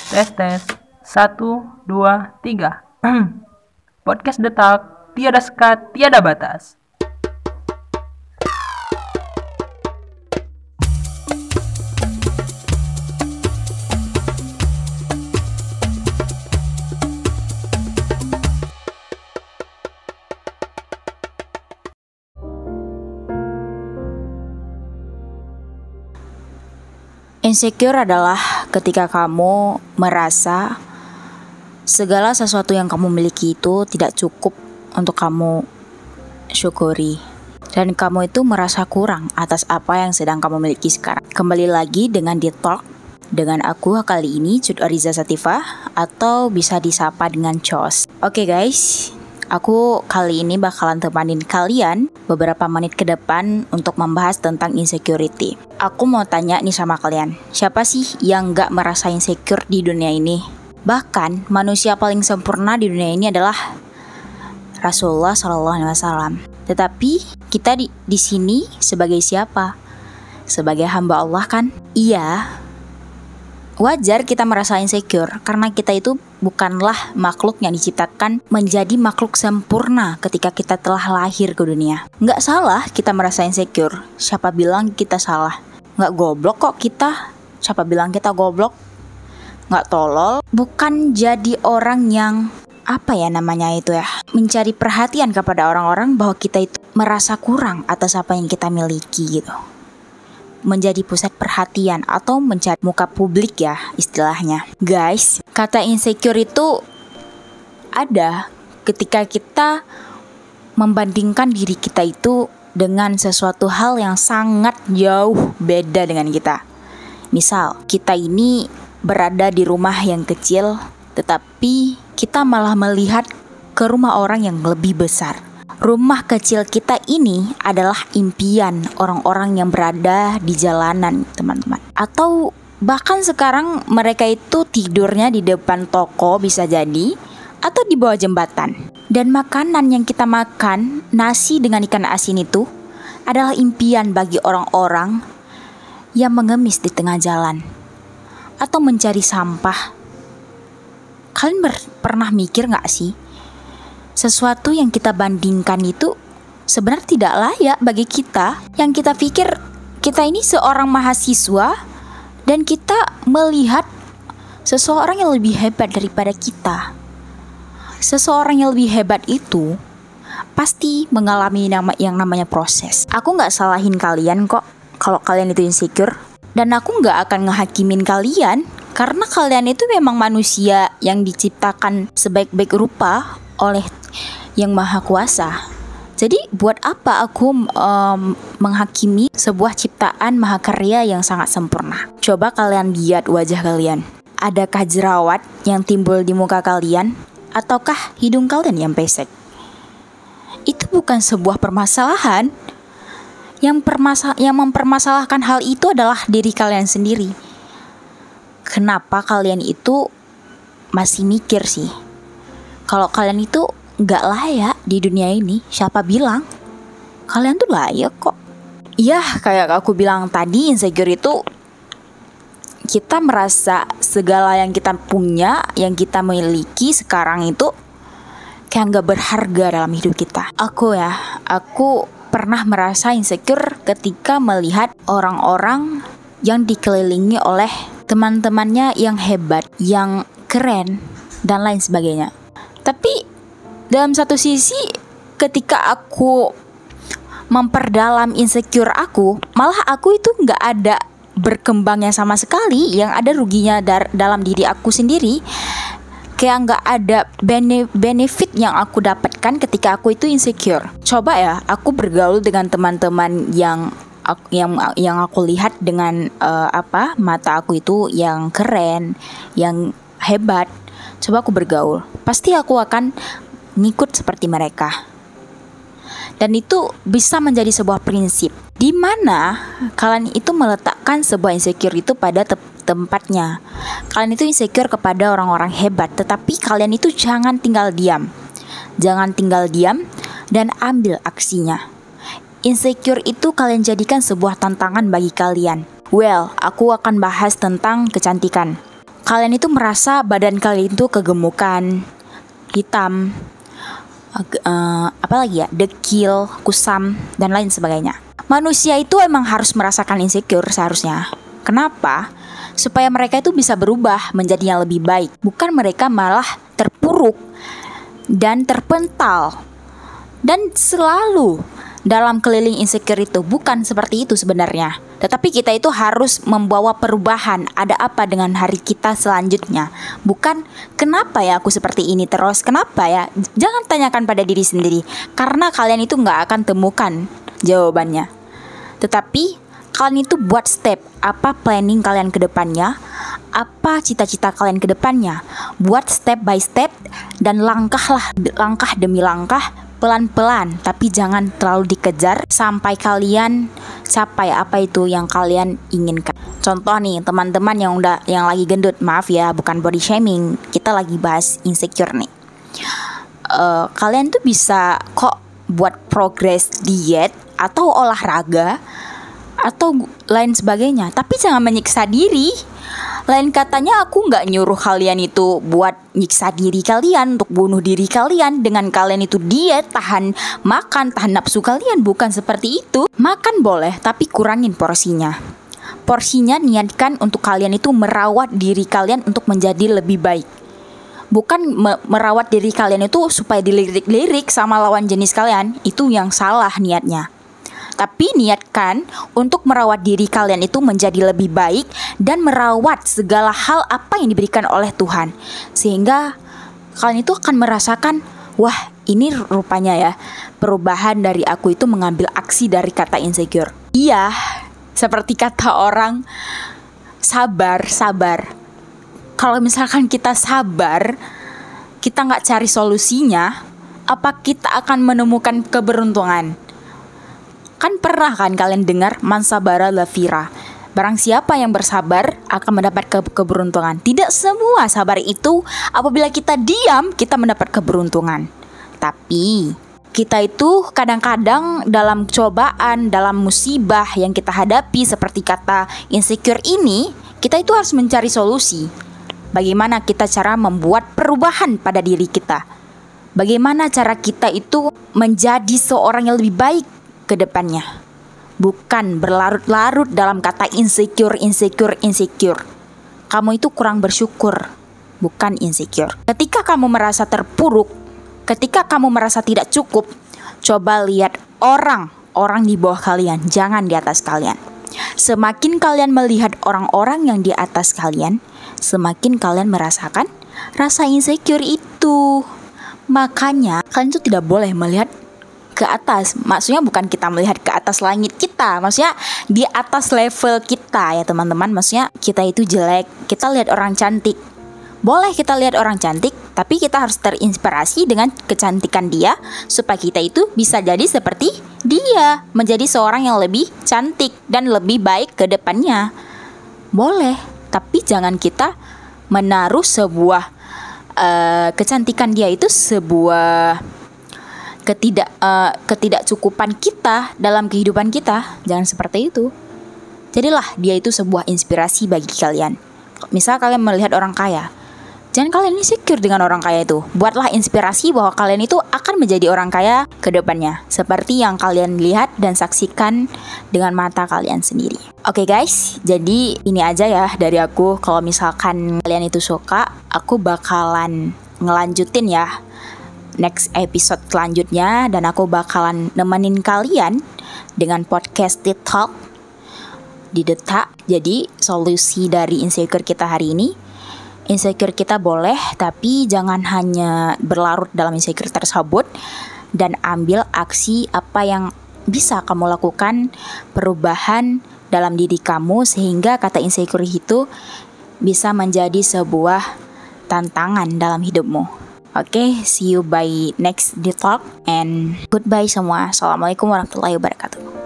Tes tes. 1, 2, 3. Podcast detak, tiada sekat, tiada batas. Insecure adalah ketika kamu merasa segala sesuatu yang kamu miliki itu tidak cukup untuk kamu syukuri. Dan kamu itu merasa kurang atas apa yang sedang kamu miliki sekarang. Kembali lagi dengan Deep Talk dengan aku kali ini, Cut Ariza Satifah, atau bisa disapa dengan Cos. Oke guys, aku kali ini bakalan temanin kalian beberapa menit ke depan untuk membahas tentang insecurity. Aku mau tanya nih sama kalian, siapa sih yang gak merasa insecure di dunia ini? Bahkan manusia paling sempurna di dunia ini adalah Rasulullah SAW. Tetapi kita di sini sebagai siapa? Sebagai hamba Allah kan? Iya. Wajar kita merasa insecure karena kita itu bukanlah makhluk yang diciptakan menjadi makhluk sempurna ketika kita telah lahir ke dunia. Nggak salah kita merasa insecure. Siapa bilang kita salah? Nggak goblok kok kita. Siapa bilang kita goblok? Nggak tolol. Bukan jadi orang yang mencari perhatian kepada orang-orang bahwa kita itu merasa kurang atas apa yang kita miliki gitu. Menjadi pusat perhatian atau mencari muka publik ya istilahnya. Guys, kata insecure itu ada ketika kita membandingkan diri kita itu dengan sesuatu hal yang sangat jauh beda dengan kita. Misal, kita ini berada di rumah yang kecil, tetapi kita malah melihat ke rumah orang yang lebih besar. Rumah kecil kita ini adalah impian orang-orang yang berada di jalanan, teman-teman. Atau bahkan sekarang mereka itu tidurnya di depan toko bisa jadi, atau di bawah jembatan. Dan makanan yang kita makan, nasi dengan ikan asin itu, adalah impian bagi orang-orang yang mengemis di tengah jalan. Atau mencari sampah. Kalian pernah mikir gak sih? Sesuatu yang kita bandingkan itu sebenarnya tidak layak bagi kita. Yang kita pikir kita ini seorang mahasiswa dan kita melihat seseorang yang lebih hebat daripada kita. Seseorang yang lebih hebat itu pasti mengalami yang namanya proses. Aku gak salahin kalian kok kalau kalian itu insecure. Dan aku gak akan ngehakimin kalian karena kalian itu memang manusia yang diciptakan sebaik-baik rupa oleh Yang Maha Kuasa. Jadi buat apa aku menghakimi sebuah ciptaan mahakarya yang sangat sempurna? Coba kalian lihat wajah kalian. Adakah jerawat yang timbul di muka kalian? Ataukah hidung kalian yang pesek? Itu bukan sebuah permasalahan. Yang mempermasalahkan hal itu adalah diri kalian sendiri. Kenapa kalian itu masih mikir sih? Kalau kalian itu gak layak di dunia ini, siapa bilang? Kalian tuh layak kok. Iya, kayak aku bilang tadi, insecure itu kita merasa segala yang kita punya, yang kita miliki sekarang itu kayak gak berharga dalam hidup kita. Aku pernah merasa insecure ketika melihat orang-orang yang dikelilingi oleh teman-temannya yang hebat, yang keren, dan lain sebagainya. Tapi dalam satu sisi ketika aku memperdalam insecure aku, malah aku itu gak ada berkembangnya sama sekali. Yang ada ruginya dalam diri aku sendiri. Kayak gak ada benefit yang aku dapatkan ketika aku itu insecure. Coba ya, aku bergaul dengan teman-teman yang aku lihat dengan mata aku itu yang keren, yang hebat. Coba aku bergaul, pasti aku akan ngikut seperti mereka. Dan itu bisa menjadi sebuah prinsip di mana kalian itu meletakkan sebuah insecure itu pada tempatnya. Kalian itu insecure kepada orang-orang hebat, tetapi kalian itu jangan tinggal diam. Jangan tinggal diam dan ambil aksinya. Insecure itu kalian jadikan sebuah tantangan bagi kalian. Well, aku akan bahas tentang kecantikan. kalian itu merasa badan kalian itu kegemukan, hitam, apalagi ya, dekil, kusam, dan lain sebagainya. Manusia itu emang harus merasakan insecure seharusnya. Kenapa? Supaya mereka itu bisa berubah menjadi yang lebih baik. Bukan mereka malah terpuruk dan terpental dan selalu dalam keliling insecure itu. Bukan seperti itu sebenarnya. Tetapi kita itu harus membawa perubahan. Ada apa dengan hari kita selanjutnya? Bukan kenapa ya aku seperti ini terus, kenapa ya? Jangan tanyakan pada diri sendiri, karena kalian itu gak akan temukan jawabannya. Tetapi kalian itu buat step, apa planning kalian ke depannya, apa cita-cita kalian ke depannya. Buat step by step dan langkah demi langkah, pelan-pelan, tapi jangan terlalu dikejar sampai kalian capai apa itu yang kalian inginkan. Contoh nih, teman-teman yang lagi gendut, maaf ya, bukan body shaming, kita lagi bahas insecure nih. Kalian tuh bisa kok buat progres diet atau olahraga atau lain sebagainya, tapi jangan menyiksa diri. Lain katanya aku gak nyuruh kalian itu buat nyiksa diri kalian, untuk bunuh diri kalian dengan kalian itu diet, tahan makan, tahan nafsu kalian. Bukan seperti itu. Makan boleh, tapi kurangin porsinya. Porsinya niatkan untuk kalian itu merawat diri kalian untuk menjadi lebih baik. Bukan merawat diri kalian itu supaya dilirik-lirik sama lawan jenis kalian. Itu yang salah niatnya. Tapi niatkan untuk merawat diri kalian itu menjadi lebih baik dan merawat segala hal apa yang diberikan oleh Tuhan. Sehingga kalian itu akan merasakan, wah ini rupanya ya perubahan dari aku itu mengambil aksi dari kata insecure. Iya, seperti kata orang, sabar. Kalau misalkan kita sabar, kita gak cari solusinya, apa kita akan menemukan keberuntungan? Kan pernah kan kalian dengar man sabara la fira. Barang siapa yang bersabar akan mendapat keberuntungan. Tidak semua sabar itu apabila kita diam kita mendapat keberuntungan. Tapi kita itu kadang-kadang dalam cobaan, dalam musibah yang kita hadapi seperti kata insecure ini, kita itu harus mencari solusi. Bagaimana kita cara membuat perubahan pada diri kita? Bagaimana cara kita itu menjadi seorang yang lebih baik ke depannya. Bukan berlarut-larut dalam kata insecure. Kamu itu kurang bersyukur, bukan insecure. Ketika kamu merasa terpuruk, ketika kamu merasa tidak cukup, coba lihat orang di bawah kalian, jangan di atas kalian. Semakin kalian melihat orang-orang yang di atas kalian, semakin kalian merasakan rasa insecure itu. Makanya kalian tuh tidak boleh melihat ke atas. Maksudnya bukan kita melihat ke atas langit kita, maksudnya di atas level kita ya teman-teman. Maksudnya kita itu jelek, kita lihat orang cantik. Boleh kita lihat orang cantik, tapi kita harus terinspirasi dengan kecantikan dia supaya kita itu bisa jadi seperti dia, menjadi seorang yang lebih cantik dan lebih baik ke depannya. Boleh, tapi jangan kita menaruh sebuah kecantikan dia itu sebuah ketidakcukupan kita dalam kehidupan kita. Jangan seperti itu. Jadilah dia itu sebuah inspirasi bagi kalian. Misal kalian melihat orang kaya, jangan kalian insecure dengan orang kaya itu. Buatlah inspirasi bahwa kalian itu akan menjadi orang kaya ke depannya, seperti yang kalian lihat dan saksikan dengan mata kalian sendiri. Oke guys, jadi ini aja ya dari aku. Kalau misalkan kalian itu suka, aku bakalan ngelanjutin ya next episode selanjutnya, dan aku bakalan nemenin kalian dengan podcast The Talk di Detak. Jadi solusi dari insecure kita hari ini, insecure kita boleh, tapi jangan hanya berlarut dalam insecure tersebut, dan ambil aksi apa yang bisa kamu lakukan, perubahan dalam diri kamu, sehingga kata insecure itu bisa menjadi sebuah tantangan dalam hidupmu. Oke, see you by next The Talk, and goodbye semua. Assalamualaikum warahmatullahi wabarakatuh.